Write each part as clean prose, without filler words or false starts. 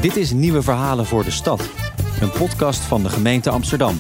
Dit is Nieuwe Verhalen voor de Stad, een podcast van de gemeente Amsterdam.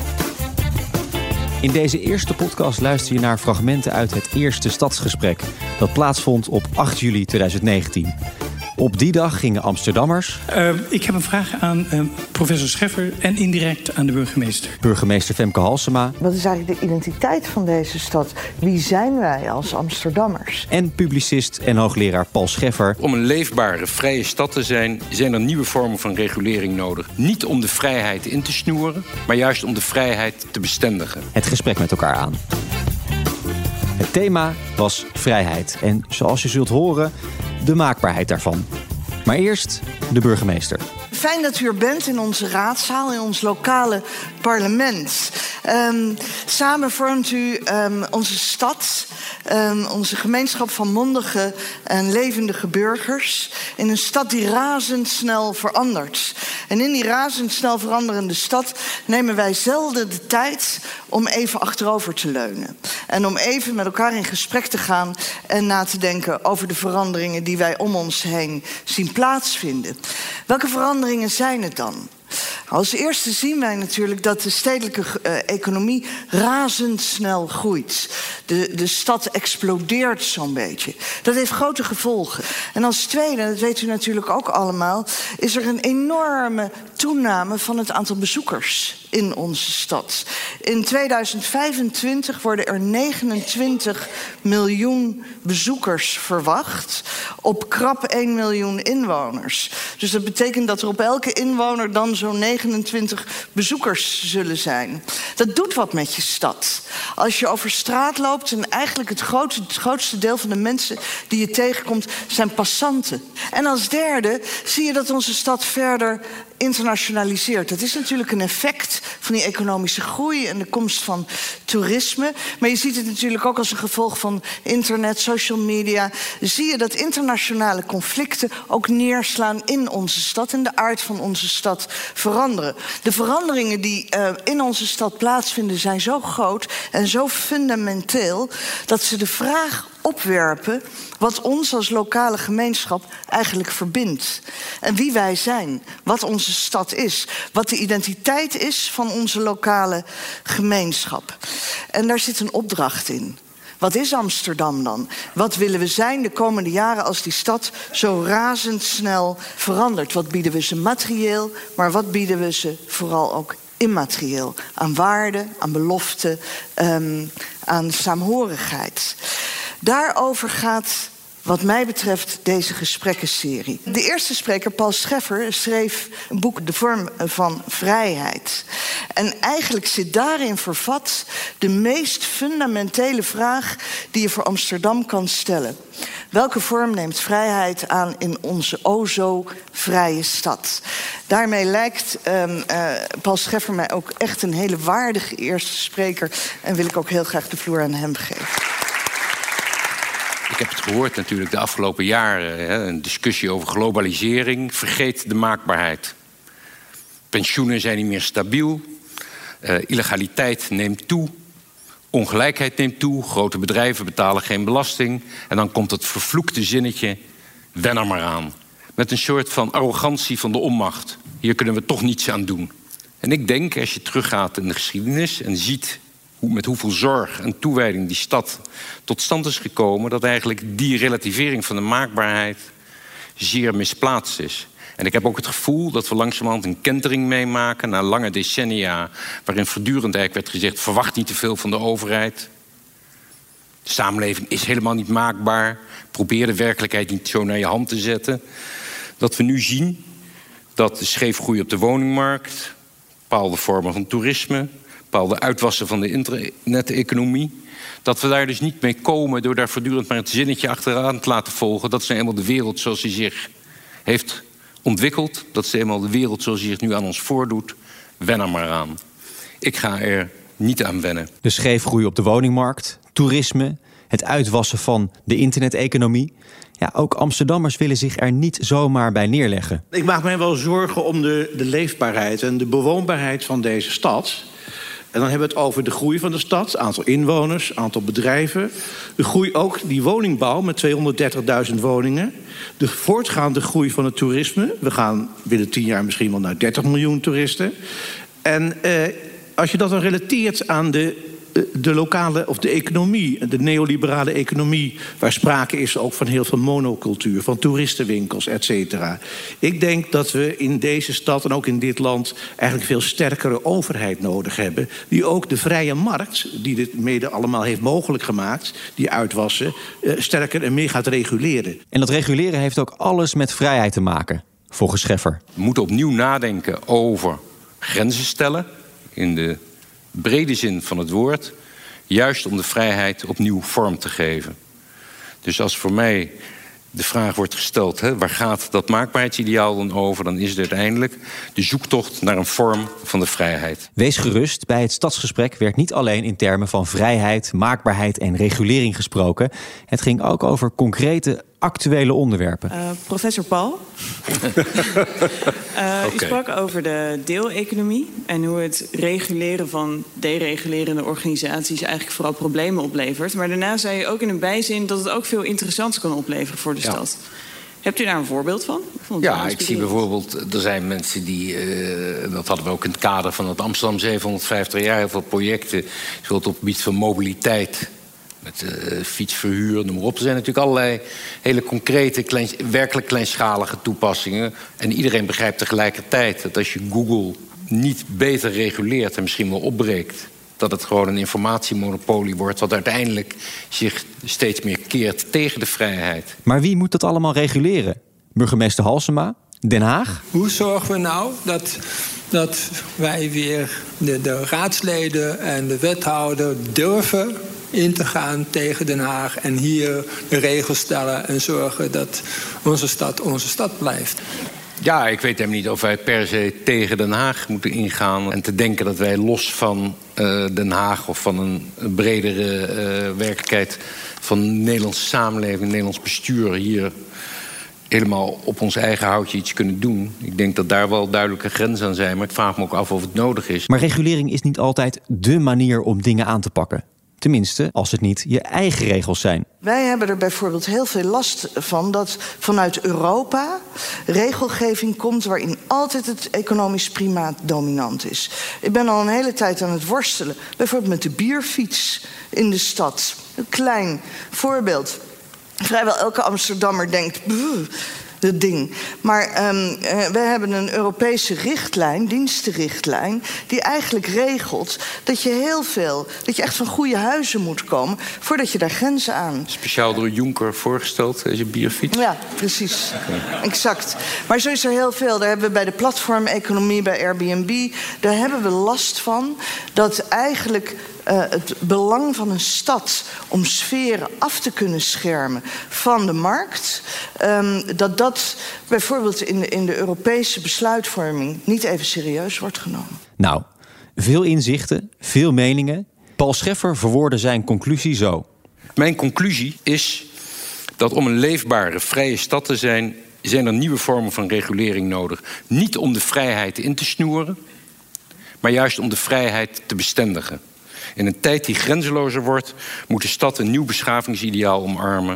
In deze eerste podcast luister je naar fragmenten uit het eerste stadsgesprek dat plaatsvond op 8 juli 2019. Op die dag gingen Amsterdammers... Ik heb een vraag aan professor Scheffer en indirect aan de burgemeester. Burgemeester Femke Halsema. Wat is eigenlijk de identiteit van deze stad? Wie zijn wij als Amsterdammers? En publicist en hoogleraar Paul Scheffer. Om een leefbare, vrije stad te zijn er nieuwe vormen van regulering nodig. Niet om de vrijheid in te snoeren, maar juist om de vrijheid te bestendigen. Het gesprek met elkaar aan. Het thema was vrijheid. En zoals je zult horen, de maakbaarheid daarvan. Maar eerst de burgemeester. Fijn dat u er bent in onze raadzaal, in ons lokale parlement. Samen vormt u onze stad, onze gemeenschap van mondige en levendige burgers, in een stad die razendsnel verandert. En in die razendsnel veranderende stad nemen wij zelden de tijd om even achterover te leunen. En om even met elkaar in gesprek te gaan en na te denken over de veranderingen die wij om ons heen zien plaatsvinden. Welke veranderingen zijn het dan? Als eerste zien wij natuurlijk dat de stedelijke economie razendsnel groeit. De stad explodeert zo'n beetje. Dat heeft grote gevolgen. En als tweede, dat weet u natuurlijk ook allemaal, is er een enorme toename van het aantal bezoekers in onze stad. In 2025 worden er 29 miljoen bezoekers verwacht op krap 1 miljoen inwoners. Dus dat betekent dat er op elke inwoner dan zo'n 29 bezoekers zullen zijn. Dat doet wat met je stad. Als je over straat loopt en eigenlijk het grootste deel van de mensen die je tegenkomt zijn passanten. En als derde zie je dat onze stad verder internationaliseert. Dat is natuurlijk een effect van die economische groei en de komst van toerisme. Maar je ziet het natuurlijk ook als een gevolg van internet, social media. Zie je dat internationale conflicten ook neerslaan in onze stad en de aard van onze stad veranderen. De veranderingen die in onze stad plaatsvinden zijn zo groot en zo fundamenteel dat ze de vraag opwerpen wat ons als lokale gemeenschap eigenlijk verbindt. En wie wij zijn, wat onze stad is, wat de identiteit is van onze lokale gemeenschap. En daar zit een opdracht in. Wat is Amsterdam dan? Wat willen we zijn de komende jaren als die stad zo razendsnel verandert? Wat bieden we ze materieel, maar wat bieden we ze vooral ook immaterieel? Aan waarde, aan belofte, aan saamhorigheid. Daarover gaat, wat mij betreft, deze gesprekkenserie. De eerste spreker, Paul Scheffer, schreef een boek De Vorm van Vrijheid. En eigenlijk zit daarin vervat de meest fundamentele vraag die je voor Amsterdam kan stellen. Welke vorm neemt vrijheid aan in onze o zo vrije stad? Daarmee lijkt Paul Scheffer mij ook echt een hele waardige eerste spreker en wil ik ook heel graag de vloer aan hem geven. Ik heb het gehoord natuurlijk de afgelopen jaren. Een discussie over globalisering. Vergeet de maakbaarheid. Pensioenen zijn niet meer stabiel. Illegaliteit neemt toe. Ongelijkheid neemt toe. Grote bedrijven betalen geen belasting. En dan komt het vervloekte zinnetje: wen er maar aan. Met een soort van arrogantie van de onmacht. Hier kunnen we toch niets aan doen. En ik denk, als je teruggaat in de geschiedenis en ziet met hoeveel zorg en toewijding die stad tot stand is gekomen, dat eigenlijk die relativering van de maakbaarheid zeer misplaatst is. En ik heb ook het gevoel dat we langzamerhand een kentering meemaken na lange decennia, waarin voortdurend eigenlijk werd gezegd: verwacht niet te veel van de overheid. De samenleving is helemaal niet maakbaar. Probeer de werkelijkheid niet zo naar je hand te zetten. Dat we nu zien dat de scheefgroei op de woningmarkt, bepaalde vormen van toerisme, bepaalde uitwassen van de internet-economie, dat we daar dus niet mee komen door daar voortdurend maar het zinnetje achteraan te laten volgen. Dat is nou eenmaal de wereld zoals die zich heeft ontwikkeld. Dat is eenmaal de wereld zoals die zich nu aan ons voordoet. Wen er maar aan. Ik ga er niet aan wennen. De scheefgroei op de woningmarkt, toerisme, het uitwassen van de internet-economie. Ja, ook Amsterdammers willen zich er niet zomaar bij neerleggen. Ik maak mij wel zorgen om de leefbaarheid en de bewoonbaarheid van deze stad. En dan hebben we het over de groei van de stad, aantal inwoners, aantal bedrijven. De groei ook, die woningbouw met 230.000 woningen. De voortgaande groei van het toerisme. We gaan binnen 10 jaar misschien wel naar 30 miljoen toeristen. En als je dat dan relateert aan de lokale of de economie, de neoliberale economie, waar sprake is ook van heel veel monocultuur, van toeristenwinkels, et cetera. Ik denk dat we in deze stad en ook in dit land eigenlijk veel sterkere overheid nodig hebben, die ook de vrije markt, die dit mede allemaal heeft mogelijk gemaakt, die uitwassen, sterker en meer gaat reguleren. En dat reguleren heeft ook alles met vrijheid te maken, volgens Scheffer. We moeten opnieuw nadenken over grenzen stellen, in de brede zin van het woord, juist om de vrijheid opnieuw vorm te geven. Dus als voor mij de vraag wordt gesteld, waar gaat dat maakbaarheidsideaal dan over, dan is het uiteindelijk de zoektocht naar een vorm van de vrijheid. Wees gerust, bij het stadsgesprek werd niet alleen in termen van vrijheid, maakbaarheid en regulering gesproken. Het ging ook over concrete, actuele onderwerpen. Professor Paul, u sprak over de deeleconomie en hoe het reguleren van deregulerende organisaties eigenlijk vooral problemen oplevert. Maar daarna zei u ook in een bijzin dat het ook veel interessants kan opleveren voor de stad. Hebt u daar een voorbeeld van? Ja, ik zie bijvoorbeeld, er zijn mensen die, dat hadden we ook in het kader van het Amsterdam 750 jaar, heel veel projecten, zoals op het gebied van mobiliteit, met fietsverhuur, noem maar op. Er zijn natuurlijk allerlei hele concrete, werkelijk kleinschalige toepassingen. En iedereen begrijpt tegelijkertijd dat als je Google niet beter reguleert en misschien wel opbreekt, dat het gewoon een informatiemonopolie wordt, wat uiteindelijk zich steeds meer keert tegen de vrijheid. Maar wie moet dat allemaal reguleren? Burgemeester Halsema? Den Haag? Hoe zorgen we nou dat wij weer de raadsleden en de wethouder durven in te gaan tegen Den Haag en hier de regels stellen en zorgen dat onze stad blijft? Ja, ik weet helemaal niet of wij per se tegen Den Haag moeten ingaan en te denken dat wij los van Den Haag of van een bredere werkelijkheid van de Nederlandse samenleving, Nederlands bestuur hier helemaal op ons eigen houtje iets kunnen doen. Ik denk dat daar wel duidelijke grenzen aan zijn, maar ik vraag me ook af of het nodig is. Maar regulering is niet altijd dé manier om dingen aan te pakken. Tenminste, als het niet je eigen regels zijn. Wij hebben er bijvoorbeeld heel veel last van dat vanuit Europa regelgeving komt waarin altijd het economisch primaat dominant is. Ik ben al een hele tijd aan het worstelen, bijvoorbeeld met de bierfiets in de stad. Een klein voorbeeld. Vrijwel elke Amsterdammer denkt, dat ding. Maar wij hebben een Europese richtlijn, dienstenrichtlijn, die eigenlijk regelt dat je echt van goede huizen moet komen voordat je daar grenzen aan. Speciaal door Juncker voorgesteld, deze bierfiets? Ja, precies. Okay. Exact. Maar zo is er heel veel. Daar hebben we bij de platformeconomie, bij Airbnb, daar hebben we last van dat eigenlijk het belang van een stad om sferen af te kunnen schermen van de markt, dat bijvoorbeeld in de Europese besluitvorming niet even serieus wordt genomen. Nou, veel inzichten, veel meningen. Paul Scheffer verwoordde zijn conclusie zo. Mijn conclusie is dat om een leefbare, vrije stad te zijn, zijn er nieuwe vormen van regulering nodig. Niet om de vrijheid in te snoeren, maar juist om de vrijheid te bestendigen. In een tijd die grenzelozer wordt, moet de stad een nieuw beschavingsideaal omarmen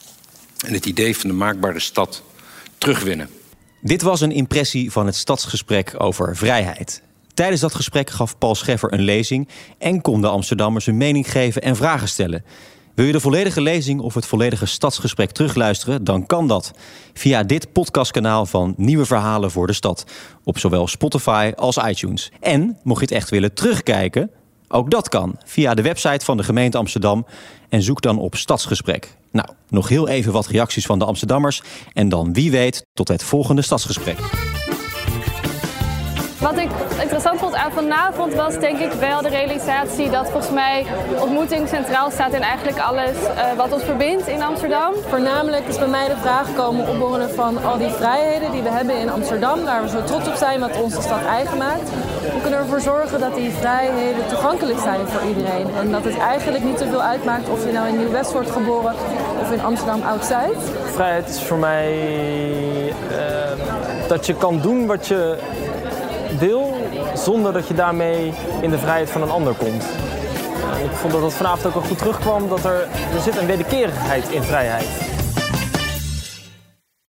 en het idee van de maakbare stad terugwinnen. Dit was een impressie van het stadsgesprek over vrijheid. Tijdens dat gesprek gaf Paul Scheffer een lezing en konden Amsterdammers hun mening geven en vragen stellen. Wil je de volledige lezing of het volledige stadsgesprek terugluisteren? Dan kan dat via dit podcastkanaal van Nieuwe Verhalen voor de Stad. Op zowel Spotify als iTunes. En mocht je het echt willen terugkijken, ook dat kan via de website van de gemeente Amsterdam en zoek dan op Stadsgesprek. Nou, nog heel even wat reacties van de Amsterdammers en dan wie weet tot het volgende Stadsgesprek. Wat ik interessant vond aan vanavond was denk ik wel de realisatie dat volgens mij ontmoeting centraal staat in eigenlijk alles wat ons verbindt in Amsterdam. Voornamelijk is bij mij de vraag komen opborrelen van al die vrijheden die we hebben in Amsterdam, waar we zo trots op zijn wat onze stad eigen maakt. Hoe kunnen we ervoor zorgen dat die vrijheden toegankelijk zijn voor iedereen en dat het eigenlijk niet zoveel uitmaakt of je nou in Nieuw-West wordt geboren of in Amsterdam Oud-Zuid? Vrijheid is voor mij dat je kan doen wat je wil zonder dat je daarmee in de vrijheid van een ander komt. Ik vond dat vanavond ook al goed terugkwam, dat er zit een wederkerigheid in vrijheid.